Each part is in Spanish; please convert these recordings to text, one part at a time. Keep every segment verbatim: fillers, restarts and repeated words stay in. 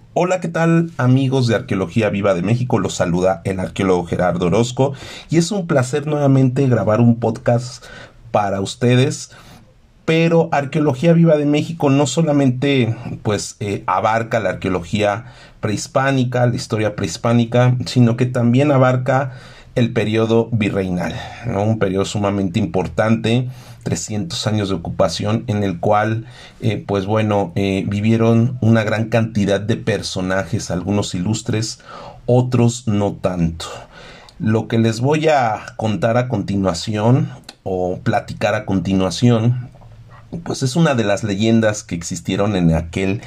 Hola, ¿qué tal amigos de Arqueología Viva de México? Los saluda el arqueólogo Gerardo Orozco y es un placer nuevamente grabar un podcast para ustedes. Pero Arqueología Viva de México no solamente pues eh, abarca la arqueología prehispánica, la historia prehispánica, sino que también abarca el periodo virreinal, ¿no? Un periodo sumamente importante, trescientos años de ocupación en el cual eh, pues bueno eh, vivieron una gran cantidad de personajes, algunos ilustres, otros no tanto. Lo que les voy a contar a continuación o platicar a continuación pues es una de las leyendas que existieron en aquel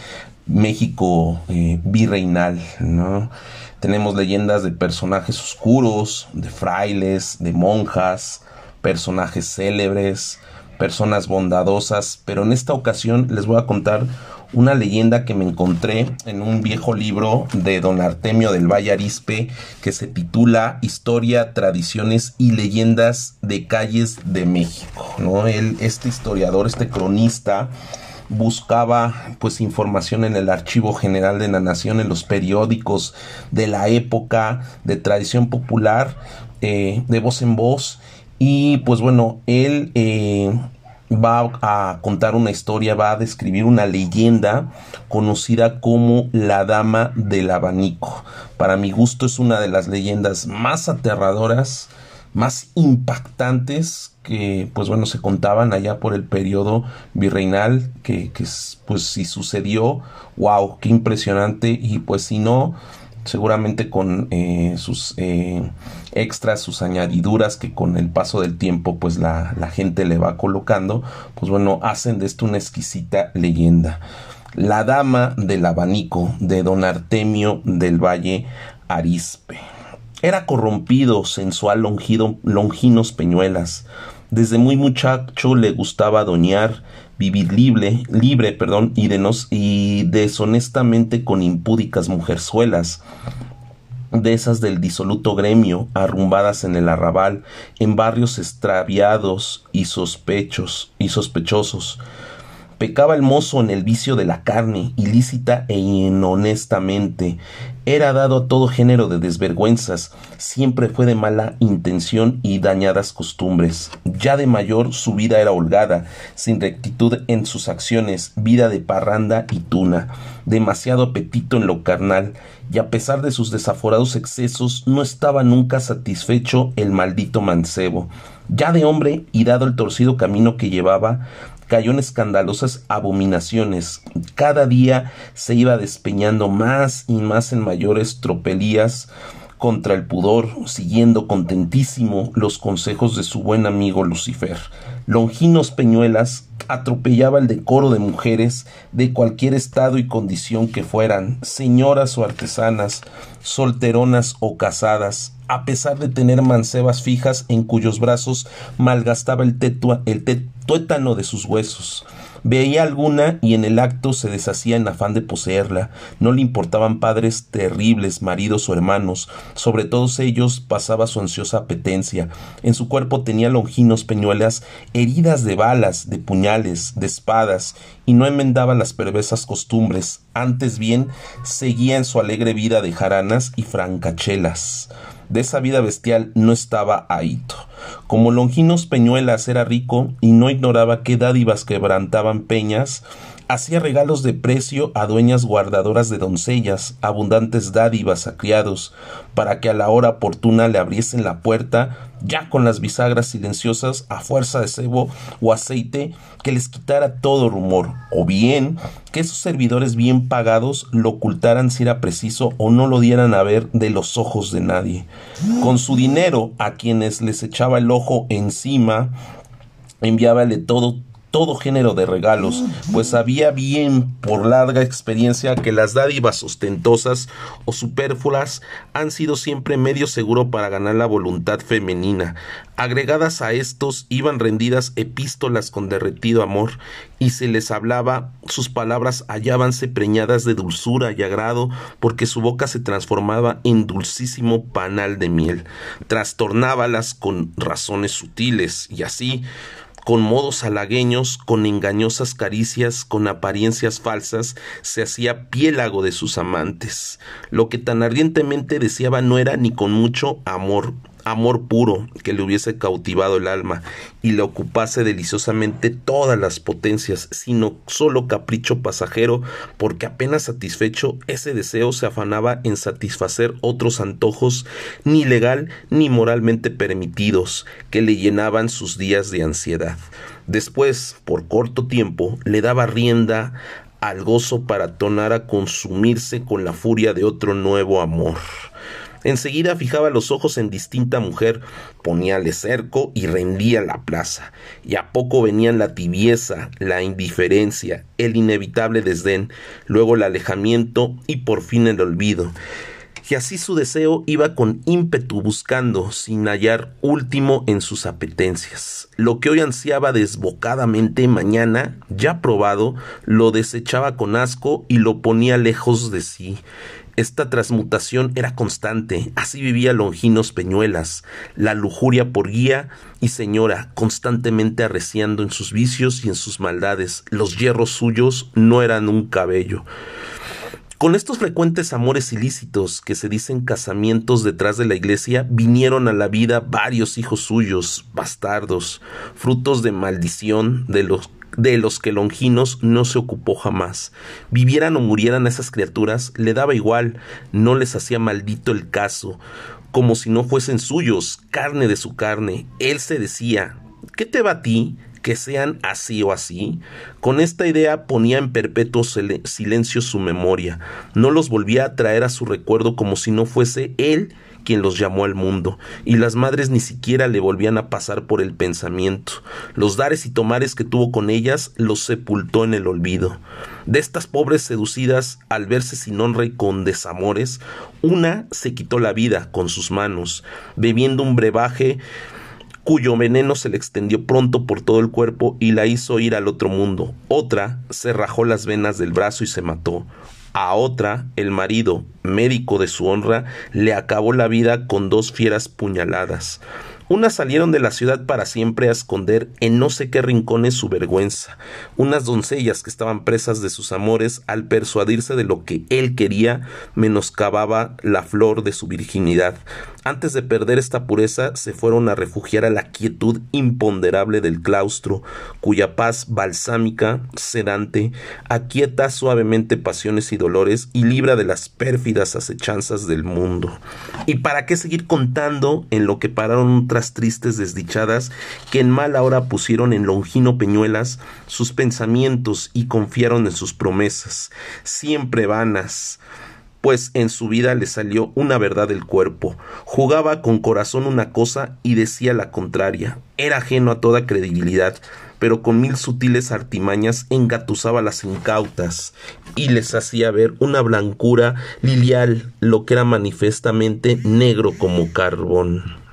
México eh, virreinal, ¿no? Tenemos leyendas de personajes oscuros, de frailes, de monjas, personajes célebres, personas bondadosas, pero en esta ocasión les voy a contar una leyenda que me encontré en un viejo libro de don Artemio del Valle Arizpe que se titula Historia, Tradiciones y Leyendas de Calles de México, ¿no? Él, este historiador, este cronista, buscaba pues información en el Archivo General de la Nación, en los periódicos de la época, de tradición popular, eh, de voz en voz, y pues bueno, él eh, va a contar una historia, va a describir una leyenda conocida como la Dama del Abanico. Para mi gusto es una de las leyendas más aterradoras, más impactantes que pues bueno se contaban allá por el periodo virreinal, que, que pues si sucedió, wow, qué impresionante. Y pues si no, seguramente con eh, sus eh, extras, sus añadiduras que con el paso del tiempo pues la, la gente le va colocando, pues bueno, hacen de esto una exquisita leyenda. La Dama del Abanico, de don Artemio del Valle Arizpe. Era corrompido, sensual, longido, longinos Peñuelas. Desde muy muchacho le gustaba doñar, vivir libre, libre, perdón, y, denos, y deshonestamente con impúdicas mujerzuelas, de esas del disoluto gremio, arrumbadas en el arrabal, en barrios extraviados y sospechos y sospechosos. Pecaba el mozo en el vicio de la carne, ilícita e inhonestamente. Era dado a todo género de desvergüenzas, siempre fue de mala intención y dañadas costumbres. Ya de mayor su vida era holgada, sin rectitud en sus acciones, vida de parranda y tuna, demasiado apetito en lo carnal, y a pesar de sus desaforados excesos, no estaba nunca satisfecho el maldito mancebo. Ya de hombre, y dado el torcido camino que llevaba, cayó en escandalosas abominaciones. Cada día se iba despeñando más y más en mayores tropelías contra el pudor, siguiendo contentísimo los consejos de su buen amigo Lucifer. Longinos Peñuelas atropellaba el decoro de mujeres de cualquier estado y condición que fueran, señoras o artesanas, solteronas o casadas, a pesar de tener mancebas fijas en cuyos brazos malgastaba el, tetua, el te, tuétano de sus huesos. Veía alguna y en el acto se deshacía en afán de poseerla. No le importaban padres terribles, maridos o hermanos. Sobre todos ellos pasaba su ansiosa apetencia. En su cuerpo tenía longinos Peñuelas, heridas de balas, de puñales, de espadas, y no enmendaba las perversas costumbres. Antes bien, seguía en su alegre vida de jaranas y francachelas. De esa vida bestial no estaba ahito. Como Longinos Peñuelas era rico y no ignoraba qué dádivas quebrantaban peñas, hacía regalos de precio a dueñas guardadoras de doncellas, abundantes dádivas a criados, para que a la hora oportuna le abriesen la puerta, ya con las bisagras silenciosas, a fuerza de cebo o aceite, que les quitara todo rumor, o bien que esos servidores bien pagados lo ocultaran si era preciso o no lo dieran a ver de los ojos de nadie. Con su dinero, a quienes les echaba el ojo encima, enviábale todo todo género de regalos, pues sabía bien por larga experiencia que las dádivas ostentosas o superfluas han sido siempre medio seguro para ganar la voluntad femenina. Agregadas a estos iban rendidas epístolas con derretido amor, y se les hablaba, sus palabras hallábanse preñadas de dulzura y agrado, porque su boca se transformaba en dulcísimo panal de miel. Trastornábalas con razones sutiles, y así, con modos halagueños, con engañosas caricias, con apariencias falsas, se hacía piélago de sus amantes. Lo que tan ardientemente deseaba no era ni con mucho amor, amor puro que le hubiese cautivado el alma y le ocupase deliciosamente todas las potencias, sino solo capricho pasajero, porque apenas satisfecho ese deseo se afanaba en satisfacer otros antojos ni legal ni moralmente permitidos que le llenaban sus días de ansiedad. Después, por corto tiempo, le daba rienda al gozo para tornar a consumirse con la furia de otro nuevo amor. Enseguida fijaba los ojos en distinta mujer, poníale cerco y rendía la plaza, y a poco venían la tibieza, la indiferencia, el inevitable desdén, luego el alejamiento y por fin el olvido. Y así su deseo iba con ímpetu buscando, sin hallar último en sus apetencias. Lo que hoy ansiaba desbocadamente, mañana, ya probado, lo desechaba con asco y lo ponía lejos de sí. Esta transmutación era constante, así vivía Longinos Peñuelas, la lujuria por guía y señora, constantemente arreciando en sus vicios y en sus maldades. Los hierros suyos no eran un cabello. Con estos frecuentes amores ilícitos que se dicen casamientos detrás de la iglesia, vinieron a la vida varios hijos suyos, bastardos, frutos de maldición de los de los que Longinos no se ocupó jamás. Vivieran o murieran esas criaturas, le daba igual, no les hacía maldito el caso, como si no fuesen suyos, carne de su carne. Él se decía, ¿qué te va a ti? Que sean así o así. Con esta idea ponía en perpetuo silencio su memoria, no los volvía a traer a su recuerdo como si no fuese él quien los llamó al mundo, y las madres ni siquiera le volvían a pasar por el pensamiento. Los dares y tomares que tuvo con ellas los sepultó en el olvido. De estas pobres seducidas, al verse sin honra y con desamores, una se quitó la vida con sus manos, bebiendo un brebaje cuyo veneno se le extendió pronto por todo el cuerpo y la hizo ir al otro mundo. Otra se rajó las venas del brazo y se mató. A otra, el marido, médico de su honra, le acabó la vida con dos fieras puñaladas. Unas salieron de la ciudad para siempre a esconder en no sé qué rincones su vergüenza. Unas doncellas que estaban presas de sus amores, al persuadirse de lo que él quería, menoscababa la flor de su virginidad. Antes de perder esta pureza, se fueron a refugiar a la quietud imponderable del claustro, cuya paz balsámica, sedante, aquieta suavemente pasiones y dolores y libra de las pérfidas acechanzas del mundo. ¿Y para qué seguir contando en lo que pararon otras tristes desdichadas que en mala hora pusieron en Longino Peñuelas sus pensamientos y confiaron en sus promesas, siempre vanas? Pues en su vida le salió una verdad del cuerpo. Jugaba con corazón una cosa y decía la contraria. Era ajeno a toda credibilidad, pero con mil sutiles artimañas engatusaba las incautas y les hacía ver una blancura lilial, lo que era manifiestamente negro como carbón.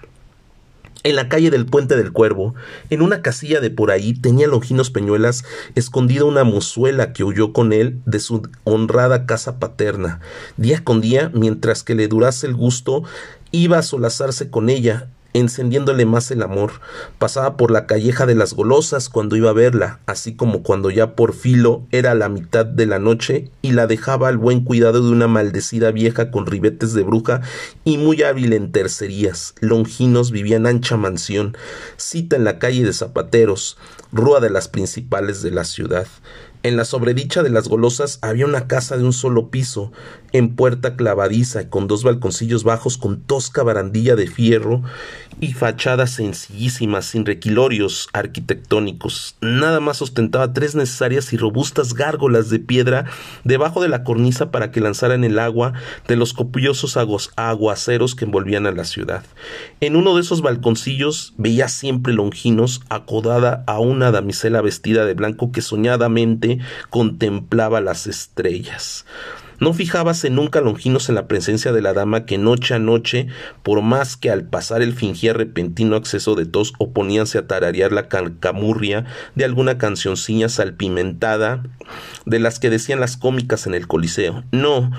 En la calle del Puente del Cuervo, en una casilla de por ahí, tenía Longinos Peñuelas escondida una mozuela que huyó con él de su honrada casa paterna. Día con día, mientras que le durase el gusto, iba a solazarse con ella, encendiéndole más el amor. Pasaba por la calleja de las golosas cuando iba a verla, así como cuando ya por filo era la mitad de la noche y la dejaba al buen cuidado de una maldecida vieja con ribetes de bruja y muy hábil en tercerías. Longinos vivía en ancha mansión, cita en la calle de Zapateros, rúa de las principales de la ciudad. En la sobredicha de las golosas había una casa de un solo piso, en puerta clavadiza y con dos balconcillos bajos con tosca barandilla de fierro y fachadas sencillísimas, sin requilorios arquitectónicos. Nada más ostentaba tres necesarias y robustas gárgolas de piedra debajo de la cornisa para que lanzaran el agua de los copiosos aguaceros que envolvían a la ciudad. En uno de esos balconcillos veía siempre Longinos acodada a una damisela vestida de blanco que soñadamente contemplaba las estrellas. No fijábase nunca Longinos en la presencia de la dama que noche a noche, por más que al pasar él fingía repentino acceso de tos o poníanse a tararear la camurria de alguna cancioncilla salpimentada de las que decían las cómicas en el Coliseo. No,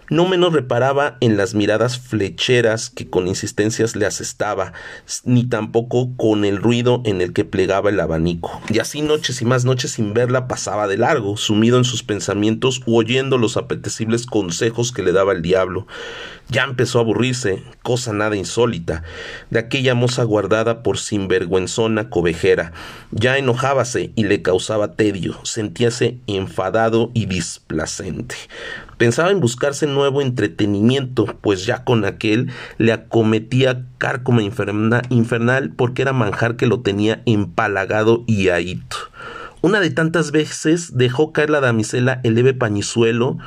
No menos reparaba en las miradas flecheras que con insistencias le asestaba, ni tampoco con el ruido en el que plegaba el abanico. Y así noches y más noches sin verla pasaba de largo, sumido en sus pensamientos u oyendo los apetecibles consejos que le daba el diablo. Ya empezó a aburrirse, cosa nada insólita, de aquella moza guardada por sinvergüenzona covejera. Ya enojábase y le causaba tedio, sentíase enfadado y displacente. Pensaba en buscarse nuevo entretenimiento, pues ya con aquel le acometía cárcoma inferna, infernal porque era manjar que lo tenía empalagado y ahito. Una de tantas veces dejó caer la damisela el leve pañizuelo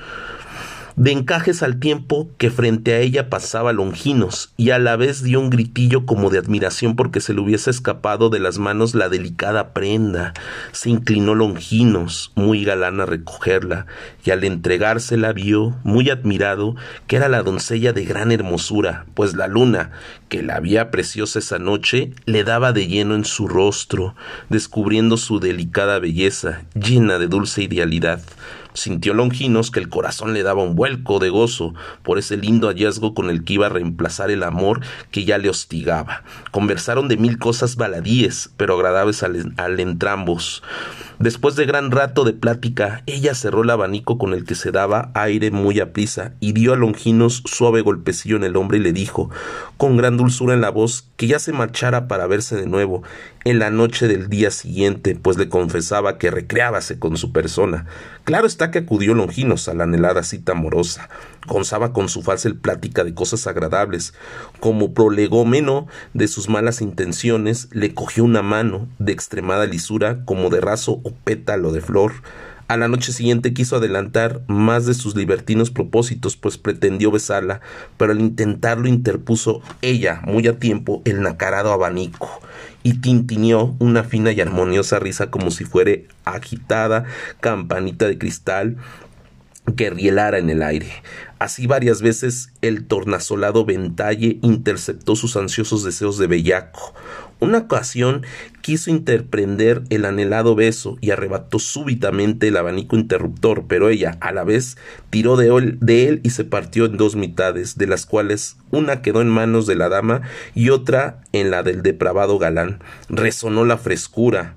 de encajes al tiempo que frente a ella pasaba Longinos, y a la vez dio un gritillo como de admiración porque se le hubiese escapado de las manos la delicada prenda. Se inclinó Longinos, muy galán, a recogerla, y al entregársela vio, muy admirado, que era la doncella de gran hermosura, pues la luna, que la había preciosa esa noche, le daba de lleno en su rostro, descubriendo su delicada belleza, llena de dulce idealidad. Sintió Longinos que el corazón le daba un vuelco de gozo por ese lindo hallazgo con el que iba a reemplazar el amor que ya le hostigaba. Conversaron de mil cosas baladíes, pero agradables al, al entrambos. Después de gran rato de plática, ella cerró el abanico con el que se daba aire muy aprisa y dio a Longinos suave golpecillo en el hombro y le dijo, con gran dulzura en la voz, que ya se marchara para verse de nuevo en la noche del día siguiente, pues le confesaba que recreábase con su persona. Claro está que acudió Longinos a la anhelada cita amorosa. Gozaba con su fácil plática de cosas agradables. Como prolegómeno de sus malas intenciones, le cogió una mano de extremada lisura, como de raso o pétalo de flor. A la noche siguiente quiso adelantar más de sus libertinos propósitos, pues pretendió besarla, pero al intentarlo interpuso ella, muy a tiempo, el nacarado abanico, y tintineó una fina y armoniosa risa como si fuera agitada campanita de cristal que rielara en el aire. Así varias veces el tornasolado ventalle interceptó sus ansiosos deseos de bellaco. Una ocasión quiso interprender el anhelado beso y arrebató súbitamente el abanico interruptor, pero ella a la vez tiró de él, de él y se partió en dos mitades, de las cuales una quedó en manos de la dama y otra en la del depravado galán. Resonó la frescura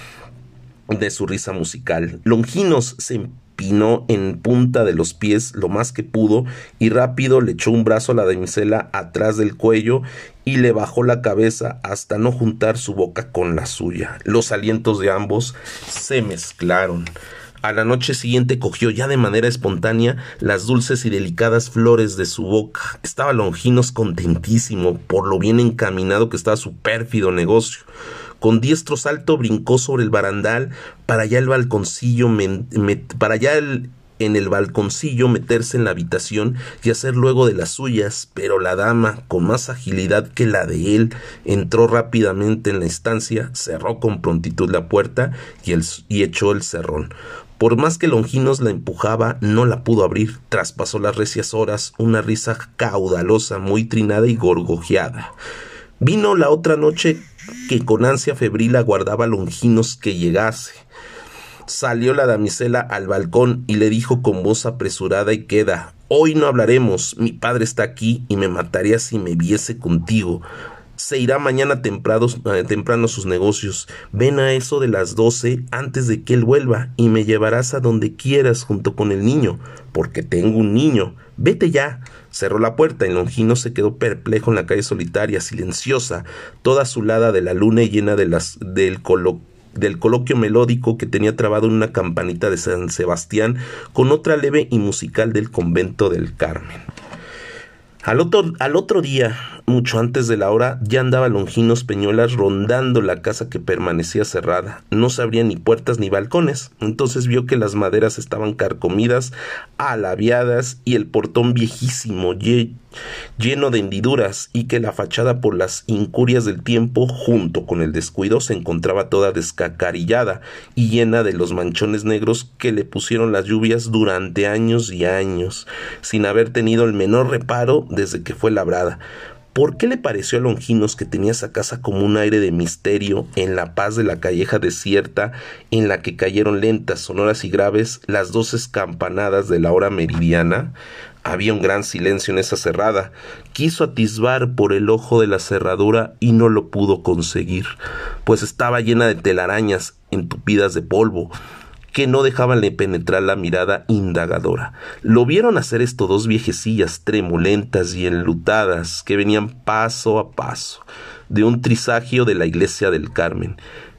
de su risa musical. Longinos se empinó en punta de los pies lo más que pudo y rápido le echó un brazo a la damisela atrás del cuello y le bajó la cabeza hasta no juntar su boca con la suya. Los alientos de ambos se mezclaron. A la noche siguiente cogió ya de manera espontánea las dulces y delicadas flores de su boca. Estaba Longinos contentísimo por lo bien encaminado que estaba su pérfido negocio. Con diestro salto brincó sobre el barandal para ya el balconcillo me, me, para ya el, en el balconcillo meterse en la habitación y hacer luego de las suyas, pero la dama, con más agilidad que la de él, entró rápidamente en la estancia, cerró con prontitud la puerta y, el, y echó el cerrón. Por más que Longinos la empujaba, no la pudo abrir. Traspasó las recias horas una risa caudalosa, muy trinada y gorgojeada. Vino la otra noche que con ansia febril aguardaba Longinos que llegase. Salió la damisela al balcón y le dijo con voz apresurada y queda: «Hoy no hablaremos, mi padre está aquí y me mataría si me viese contigo. Se irá mañana temprano, eh, temprano a sus negocios. Ven a eso de las doce antes de que él vuelva y me llevarás a donde quieras junto con el niño, porque tengo un niño. Vete ya». Cerró la puerta y Longinos se quedó perplejo en la calle solitaria, silenciosa, toda azulada de la luna y llena de las, del, colo, del coloquio melódico que tenía trabado en una campanita de San Sebastián con otra leve y musical del convento del Carmen. Al otro, al otro día, mucho antes de la hora, ya andaba Longinos Peñuelas rondando la casa que permanecía cerrada. No se abrían ni puertas ni balcones. Entonces vio que las maderas estaban carcomidas, alaviadas y el portón viejísimo, ye, lleno de hendiduras, y que la fachada por las incurias del tiempo, junto con el descuido, se encontraba toda descacarillada y llena de los manchones negros que le pusieron las lluvias durante años y años, sin haber tenido el menor reparo desde que fue labrada. ¿Por qué le pareció a Longinos que tenía esa casa como un aire de misterio en la paz de la calleja desierta en la que cayeron lentas, sonoras y graves las doce campanadas de la hora meridiana? Había un gran silencio en esa cerrada. Quiso atisbar por el ojo de la cerradura y no lo pudo conseguir, pues estaba llena de telarañas entupidas de polvo que no dejaban de penetrar la mirada indagadora. Lo vieron hacer esto dos viejecillas tremulentas y enlutadas que venían paso a paso de un trisagio de la iglesia del Carmen.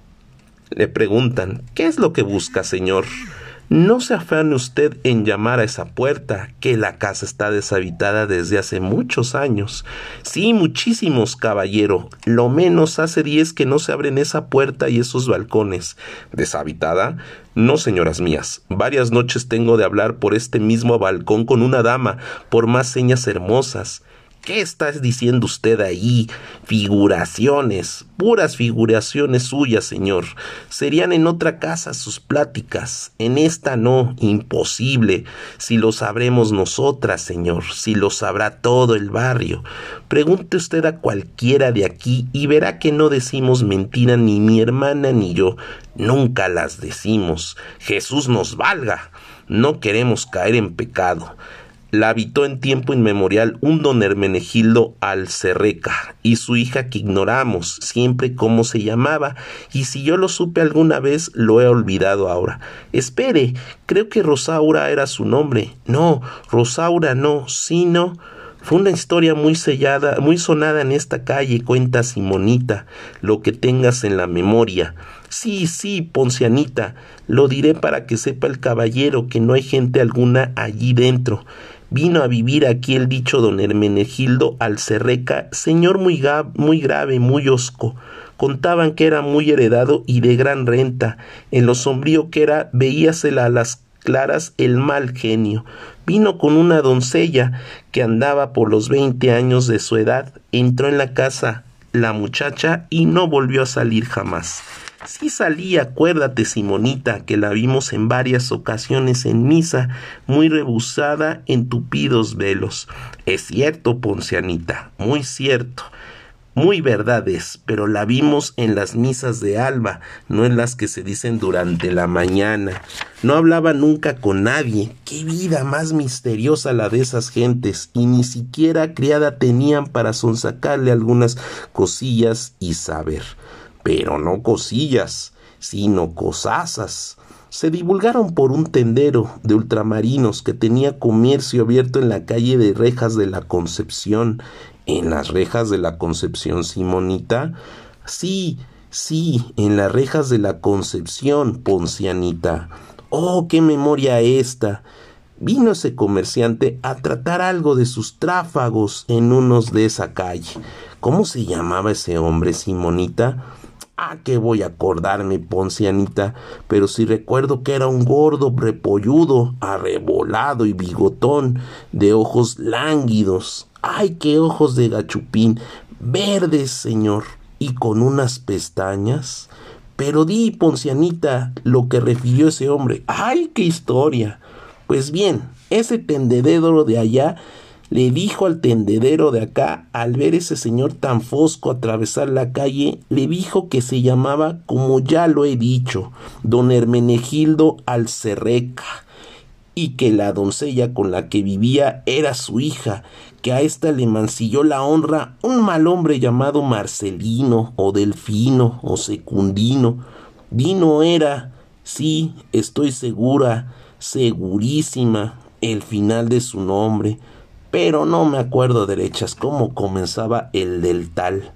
Le preguntan: ¿qué es lo que busca, señor? No se afane usted en llamar a esa puerta, que la casa está deshabitada desde hace muchos años. Sí, muchísimos, caballero. Lo menos hace diez que no se abren esa puerta y esos balcones. ¿Deshabitada? No, señoras mías. Varias noches tengo de hablar por este mismo balcón con una dama, por más señas hermosas. ¿Qué está diciendo usted ahí? Figuraciones, puras figuraciones suyas, señor. Serían en otra casa sus pláticas. En esta no, imposible. Si lo sabremos nosotras, señor, si lo sabrá todo el barrio. Pregunte usted a cualquiera de aquí y verá que no decimos mentira ni mi hermana ni yo. Nunca las decimos. Jesús nos valga. No queremos caer en pecado. La habitó en tiempo inmemorial un don Hermenegildo Alcerreca y su hija, que ignoramos siempre cómo se llamaba, y si yo lo supe alguna vez lo he olvidado ahora. Espere, creo que Rosaura era su nombre. No, Rosaura no, sino... Fue una historia muy sellada, muy sonada en esta calle, cuenta Simonita, lo que tengas en la memoria. Sí, sí, Poncianita, lo diré para que sepa el caballero que no hay gente alguna allí dentro. Vino a vivir aquí el dicho don Hermenegildo Alcerreca, señor muy, ga- muy grave, muy hosco. Contaban que era muy heredado y de gran renta. En lo sombrío que era, veíasela a las claras el mal genio. Vino con una doncella que andaba por los veinte años de su edad. Entró en la casa la muchacha y no volvió a salir jamás. Sí salía, acuérdate, Simonita, que la vimos en varias ocasiones en misa, muy rebusada en tupidos velos. Es cierto, Poncianita, muy cierto. Muy verdad es, pero la vimos en las misas de alba, no en las que se dicen durante la mañana. No hablaba nunca con nadie. Qué vida más misteriosa la de esas gentes, y ni siquiera criada tenían para sonsacarle algunas cosillas y saber. Pero no cosillas, sino cosazas. Se divulgaron por un tendero de ultramarinos que tenía comercio abierto en la calle de Rejas de la Concepción. ¿En las Rejas de la Concepción, Simonita? Sí, sí, en las Rejas de la Concepción, Poncianita. ¡Oh, qué memoria esta! Vino ese comerciante a tratar algo de sus tráfagos en unos de esa calle. ¿Cómo se llamaba ese hombre, Simonita? Ah, que voy a acordarme, Poncianita, pero si recuerdo que era un gordo repolludo, arrebolado y bigotón, de ojos lánguidos. ¡Ay, qué ojos de gachupín! Verdes, señor, y con unas pestañas. Pero di, Poncianita, lo que refirió ese hombre. ¡Ay, qué historia! Pues bien, ese tendedero de allá le dijo al tendedero de acá, al ver ese señor tan fosco atravesar la calle, le dijo que se llamaba, como ya lo he dicho, don Hermenegildo Alcerreca, y que la doncella con la que vivía era su hija, que a ésta le mancilló la honra un mal hombre llamado Marcelino, o Delfino, o Secundino. Dino era, sí, estoy segura, segurísima, el final de su nombre, pero no me acuerdo derechas cómo comenzaba el del tal.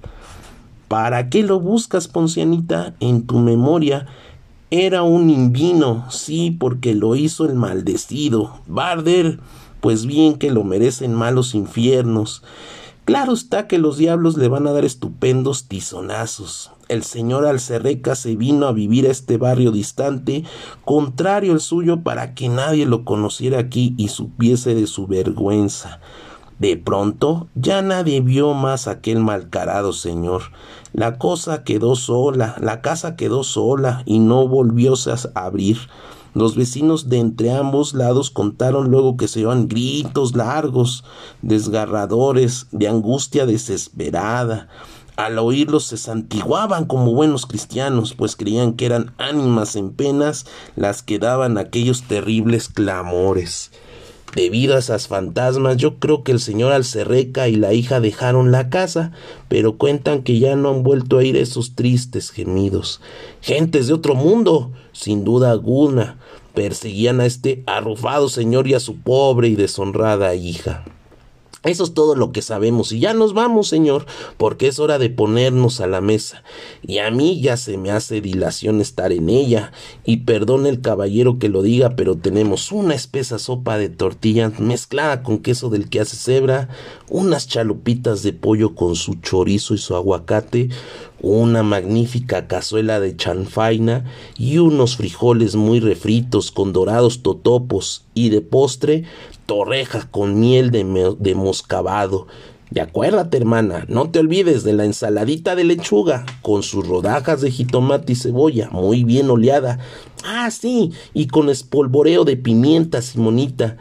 ¿Para qué lo buscas, Poncianita? En tu memoria era un invino, sí, porque lo hizo el maldecido. Barder, pues bien que lo merecen malos infiernos. Claro está que los diablos le van a dar estupendos tizonazos. El señor Alcerreca se vino a vivir a este barrio distante, contrario al suyo, para que nadie lo conociera aquí y supiese de su vergüenza. De pronto ya nadie vio más a aquel malcarado señor. La cosa quedó sola, la casa quedó sola y no volvióse a abrir. Los vecinos de entre ambos lados contaron luego que se oían gritos largos, desgarradores, de angustia desesperada. Al oírlos se santiguaban como buenos cristianos, pues creían que eran ánimas en penas las que daban aquellos terribles clamores. Debido a esas fantasmas, yo creo que el señor Alcerreca y la hija dejaron la casa, pero cuentan que ya no han vuelto a ir esos tristes gemidos. Gentes de otro mundo, sin duda alguna, perseguían a este arrufado señor y a su pobre y deshonrada hija. Eso es todo lo que sabemos y ya nos vamos, señor, porque es hora de ponernos a la mesa. Y a mí ya se me hace dilación estar en ella. Y perdone el caballero que lo diga, pero tenemos una espesa sopa de tortillas mezclada con queso del que hace cebra, unas chalupitas de pollo con su chorizo y su aguacate, una magnífica cazuela de chanfaina y unos frijoles muy refritos con dorados totopos y de postre torreja con miel de, me- de moscabado. Y acuérdate, hermana, no te olvides de la ensaladita de lechuga con sus rodajas de jitomate y cebolla muy bien oleada. Ah, sí, y con espolvoreo de pimienta, Simonita.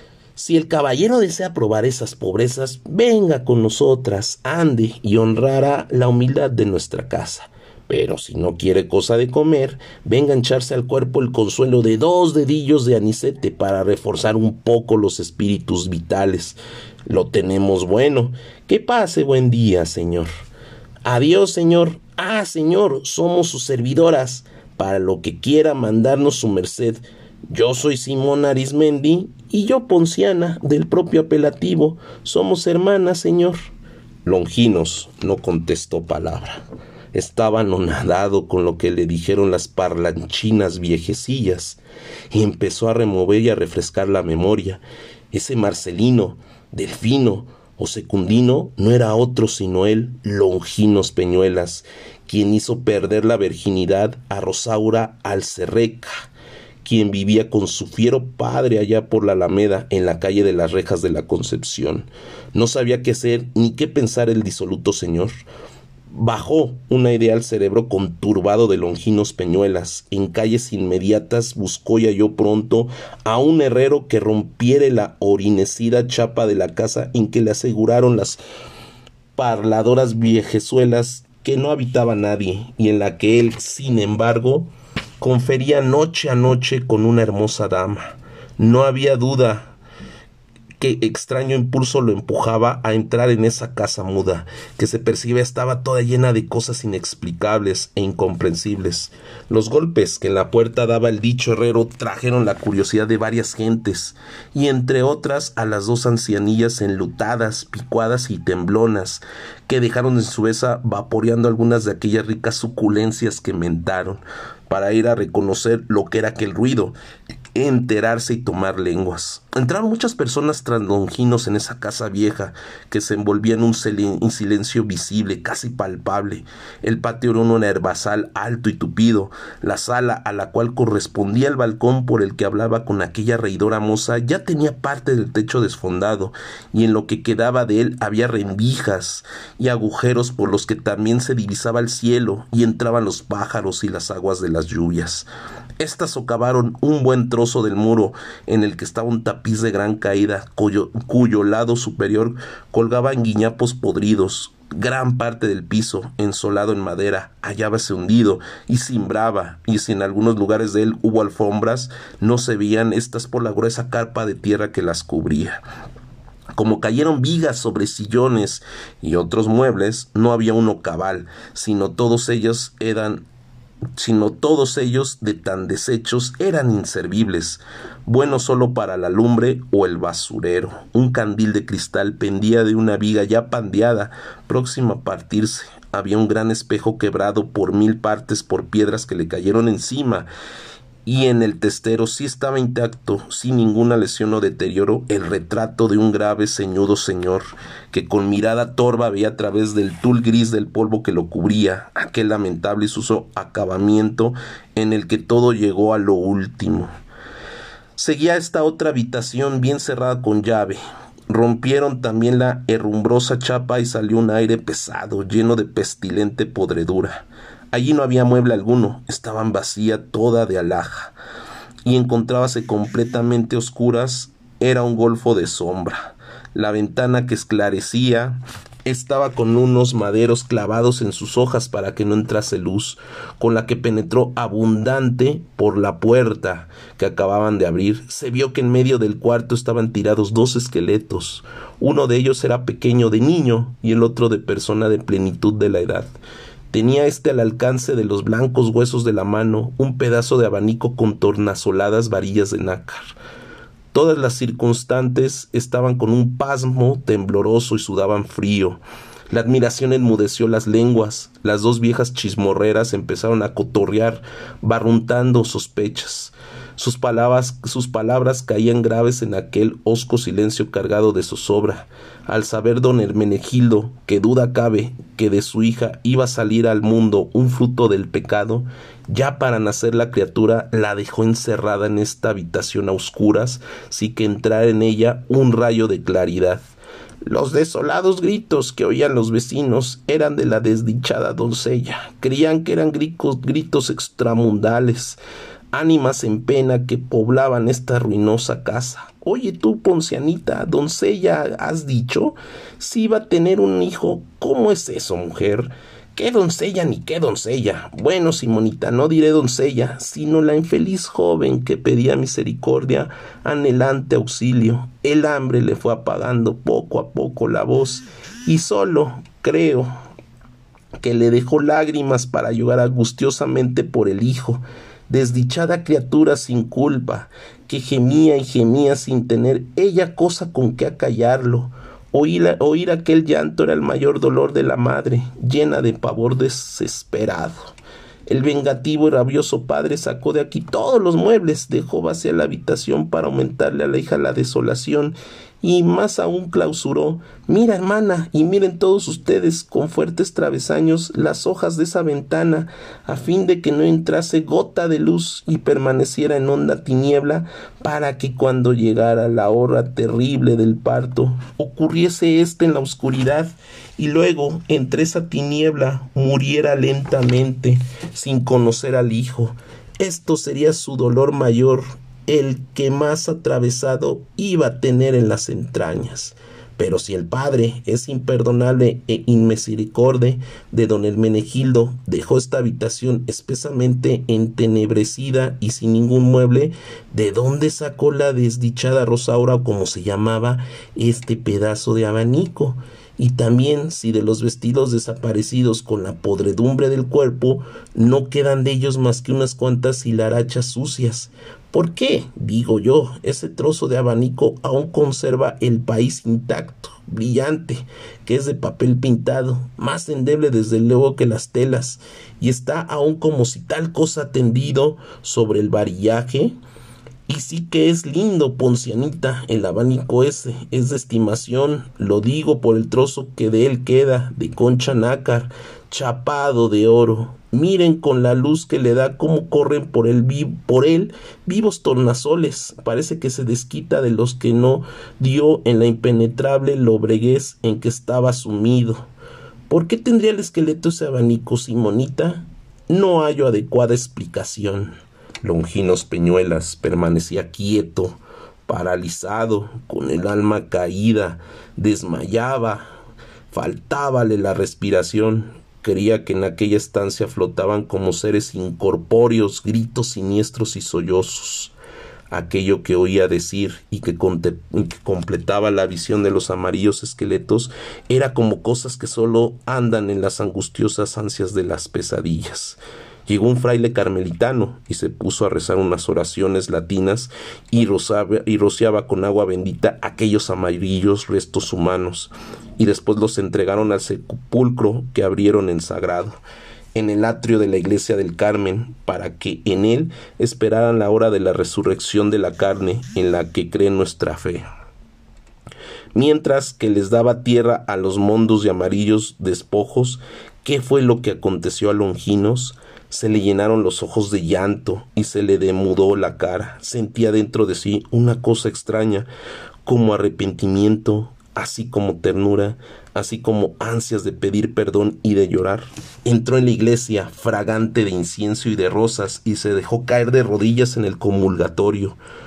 Si el caballero desea probar esas pobrezas, venga con nosotras, ande y honrará la humildad de nuestra casa. Pero si no quiere cosa de comer, venga a echarse al cuerpo el consuelo de dos dedillos de anisete para reforzar un poco los espíritus vitales. Lo tenemos bueno. Que pase buen día, señor. Adiós, señor. Ah, señor, somos sus servidoras. Para lo que quiera mandarnos su merced. Yo soy Simón Arismendi y yo Ponciana, del propio apelativo. Somos hermanas, señor. Longinos no contestó palabra. Estaba anonadado con lo que le dijeron las parlanchinas viejecillas y empezó a remover y a refrescar la memoria. Ese Marcelino, Delfino o Secundino no era otro sino él, Longinos Peñuelas, quien hizo perder la virginidad a Rosaura Alcerreca, quien vivía con su fiero padre allá por la Alameda, en la calle de las Rejas de la Concepción. No sabía qué hacer ni qué pensar el disoluto señor. Bajó una idea al cerebro conturbado de Longinos Peñuelas. En calles inmediatas buscó y halló pronto a un herrero que rompiera la orinecida chapa de la casa en que le aseguraron las parladoras viejezuelas que no habitaba nadie y en la que él, sin embargo, confería noche a noche con una hermosa dama. No había duda qué extraño impulso lo empujaba a entrar en esa casa muda, que se percibe estaba toda llena de cosas inexplicables e incomprensibles. Los golpes que en la puerta daba el dicho herrero trajeron la curiosidad de varias gentes, y entre otras a las dos ancianillas enlutadas, picuadas y temblonas, que dejaron en su mesa vaporeando algunas de aquellas ricas suculencias que mentaron, para ir a reconocer lo que era aquel ruido, enterarse y tomar lenguas. Entraron muchas personas tras Longinos en esa casa vieja, que se envolvía en un silencio visible, casi palpable. El patio era un herbazal alto y tupido. La sala a la cual correspondía el balcón por el que hablaba con aquella reidora moza ya tenía parte del techo desfondado, y en lo que quedaba de él había rendijas y agujeros por los que también se divisaba el cielo y entraban los pájaros y las aguas de las lluvias. Estas socavaron un buen trozo del muro en el que estaba un tapiz de gran caída, cuyo, cuyo lado superior colgaban guiñapos podridos. Gran parte del piso, ensolado en madera, hallábase hundido y cimbraba, y si en algunos lugares de él hubo alfombras, no se veían estas por la gruesa carpa de tierra que las cubría. Como cayeron vigas sobre sillones y otros muebles, no había uno cabal, sino todos ellos eran sino todos ellos de tan deshechos eran inservibles, buenos solo para la lumbre o el basurero. Un candil de cristal pendía de una viga ya pandeada, próxima a partirse. Había un gran espejo quebrado por mil partes por piedras que le cayeron encima, y en el testero sí estaba intacto, sin ninguna lesión o deterioro, el retrato de un grave ceñudo señor, que con mirada torva veía a través del tul gris del polvo que lo cubría, aquel lamentable y sucio acabamiento en el que todo llegó a lo último. Seguía esta otra habitación bien cerrada con llave. Rompieron también la herrumbrosa chapa y salió un aire pesado, lleno de pestilente podredura. Allí no había mueble alguno, estaban vacía toda de alhaja, y encontrábase completamente oscuras, era un golfo de sombra. La ventana que esclarecía Estaba con unos maderos clavados en sus hojas para que no entrase luz, con la que penetró abundante por la puerta que acababan de abrir. Se vio que en medio del cuarto estaban tirados dos esqueletos. Uno de ellos era pequeño de niño y el otro de persona de plenitud de la edad. Tenía éste al alcance de los blancos huesos de la mano un pedazo de abanico con tornasoladas varillas de nácar. Todas las circunstantes estaban con un pasmo tembloroso y sudaban frío. La admiración enmudeció las lenguas. Las dos viejas chismorreras empezaron a cotorrear, barruntando sospechas. Sus palabras, sus palabras caían graves en aquel hosco silencio cargado de zozobra. Al saber don Hermenegildo, que duda cabe que de su hija iba a salir al mundo un fruto del pecado, ya para nacer la criatura la dejó encerrada en esta habitación a oscuras, sin que entrara en ella un rayo de claridad. Los desolados gritos que oían los vecinos eran de la desdichada doncella. Creían que eran gritos, gritos extramundales, ánimas en pena que poblaban esta ruinosa casa. Oye tú, Poncianita, doncella, ¿has dicho? Si iba a tener un hijo, ¿cómo es eso, mujer? ¿Qué doncella ni qué doncella? Bueno, Simonita, no diré doncella, sino la infeliz joven que pedía misericordia, anhelante auxilio. El hambre le fue apagando poco a poco la voz, y solo, creo, que le dejó lágrimas para llorar angustiosamente por el hijo. Desdichada criatura sin culpa, que gemía y gemía sin tener ella cosa con que acallarlo. Oír, oír aquel llanto era el mayor dolor de la madre, llena de pavor desesperado. El vengativo y rabioso padre sacó de aquí todos los muebles, dejó vacía la habitación para aumentarle a la hija la desolación, y más aún clausuró. Mira, hermana, y miren todos ustedes con fuertes travesaños las hojas de esa ventana, a fin de que no entrase gota de luz y permaneciera en honda tiniebla, para que cuando llegara la hora terrible del parto, ocurriese éste en la oscuridad, y luego entre esa tiniebla muriera lentamente, sin conocer al hijo. Esto sería su dolor mayor, el que más atravesado iba a tener en las entrañas. Pero si el padre es imperdonable e inmisericorde de don Hermenegildo, dejó esta habitación espesamente entenebrecida y sin ningún mueble, ¿de dónde sacó la desdichada Rosaura, o como se llamaba, este pedazo de abanico? Y también si de los vestidos desaparecidos con la podredumbre del cuerpo no quedan de ellos más que unas cuantas hilarachas sucias. ¿Por qué? Digo yo, ese trozo de abanico aún conserva el país intacto, brillante, que es de papel pintado, más endeble desde luego que las telas, y está aún como si tal cosa tendido sobre el varillaje. Y sí que es lindo, Poncianita, el abanico ese, es de estimación, lo digo por el trozo que de él queda, de concha nácar, chapado de oro. Miren con la luz que le da cómo corren por él, vi por él vivos tornasoles, parece que se desquita de los que no dio en la impenetrable lobreguez en que estaba sumido. ¿Por qué tendría el esqueleto ese abanico, Simonita? No hallo adecuada explicación. Longinos Peñuelas permanecía quieto, paralizado, con el alma caída, desmayaba, faltábale la respiración. Creía que en aquella estancia flotaban como seres incorpóreos, gritos siniestros y sollozos. Aquello que oía decir y que, conte- que completaba la visión de los amarillos esqueletos era como cosas que solo andan en las angustiosas ansias de las pesadillas. Llegó un fraile carmelitano y se puso a rezar unas oraciones latinas y rociaba, y rociaba con agua bendita aquellos amarillos restos humanos, y después los entregaron al sepulcro que abrieron en sagrado, en el atrio de la iglesia del Carmen, para que en él esperaran la hora de la resurrección de la carne en la que cree nuestra fe. Mientras que les daba tierra a los mondos y amarillos despojos, ¿qué fue lo que aconteció a Longinos? Se le llenaron los ojos de llanto y se le demudó la cara. Sentía dentro de sí una cosa extraña, como arrepentimiento, así como ternura, así como ansias de pedir perdón y de llorar. Entró en la iglesia, fragante de incienso y de rosas, y se dejó caer de rodillas en el comulgatorio.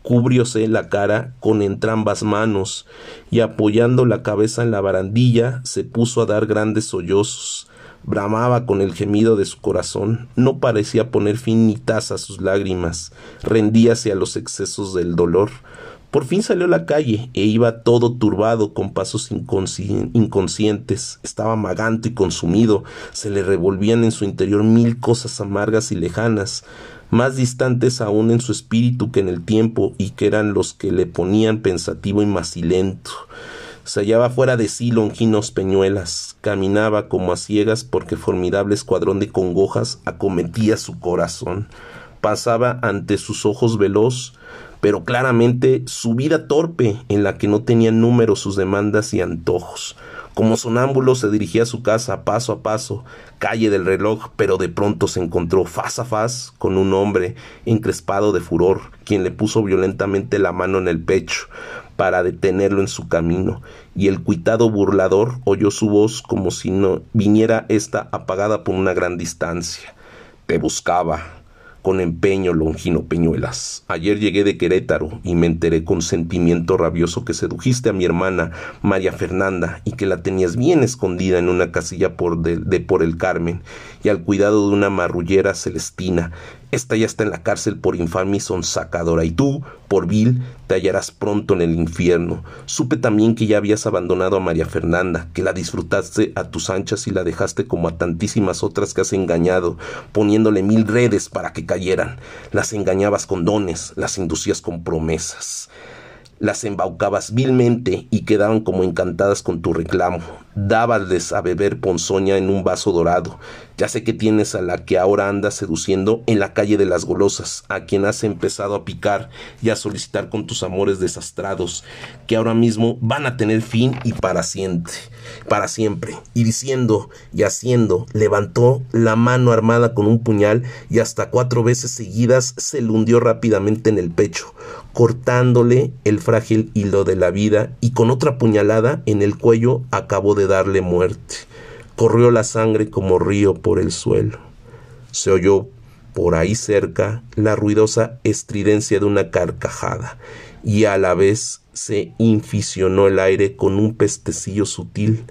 Cubrióse la cara con entrambas manos y apoyando la cabeza en la barandilla se puso a dar grandes sollozos. Bramaba con el gemido de su corazón, no parecía poner fin ni tasa a sus lágrimas, rendíase a los excesos del dolor. Por fin salió a la calle e iba todo turbado con pasos inconsci- inconscientes. Estaba amagante y consumido, se le revolvían en su interior mil cosas amargas y lejanas, más distantes aún en su espíritu que en el tiempo, y que eran los que le ponían pensativo y macilento. Se hallaba fuera de sí Longinos Peñuelas, caminaba como a ciegas porque formidable escuadrón de congojas acometía su corazón. Pasaba ante sus ojos veloz, pero claramente su vida torpe, en la que no tenían número sus demandas y antojos. Como sonámbulo se dirigía a su casa paso a paso, calle del reloj, pero de pronto se encontró faz a faz con un hombre encrespado de furor, quien le puso violentamente la mano en el pecho para detenerlo en su camino, y el cuitado burlador oyó su voz como si no viniera ésta apagada por una gran distancia. Te buscaba con empeño, Longino Peñuelas. Ayer llegué de Querétaro y me enteré con sentimiento rabioso que sedujiste a mi hermana María Fernanda y que la tenías bien escondida en una casilla por de, de por el Carmen y al cuidado de una marrullera celestina. Esta ya está en la cárcel por infame y sonsacadora, y tú, por vil, te hallarás pronto en el infierno. Supe también que ya habías abandonado a María Fernanda, que la disfrutaste a tus anchas y la dejaste como a tantísimas otras que has engañado, poniéndole mil redes para que cayeran. Las engañabas con dones, las inducías con promesas. Las embaucabas vilmente y quedaban como encantadas con tu reclamo. Dábales a beber ponzoña en un vaso dorado. Ya sé que tienes a la que ahora andas seduciendo en la calle de las golosas, a quien has empezado a picar y a solicitar con tus amores desastrados, que ahora mismo van a tener fin y para siempre, para siempre. Y diciendo y haciendo, levantó la mano armada con un puñal y hasta cuatro veces seguidas se le hundió rápidamente en el pecho, cortándole el frágil hilo de la vida, y con otra puñalada en el cuello acabó de darle muerte. Corrió la sangre como río por el suelo. Se oyó por ahí cerca la ruidosa estridencia de una carcajada, y a la vez se inficionó el aire con un pestecillo sutil,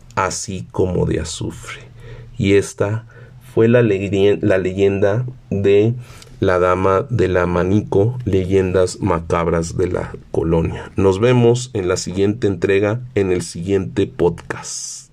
así como de azufre. Y esta fue la, le- la leyenda de La Dama del Abanico, leyendas macabras de la colonia. Nos vemos en la siguiente entrega, en el siguiente podcast.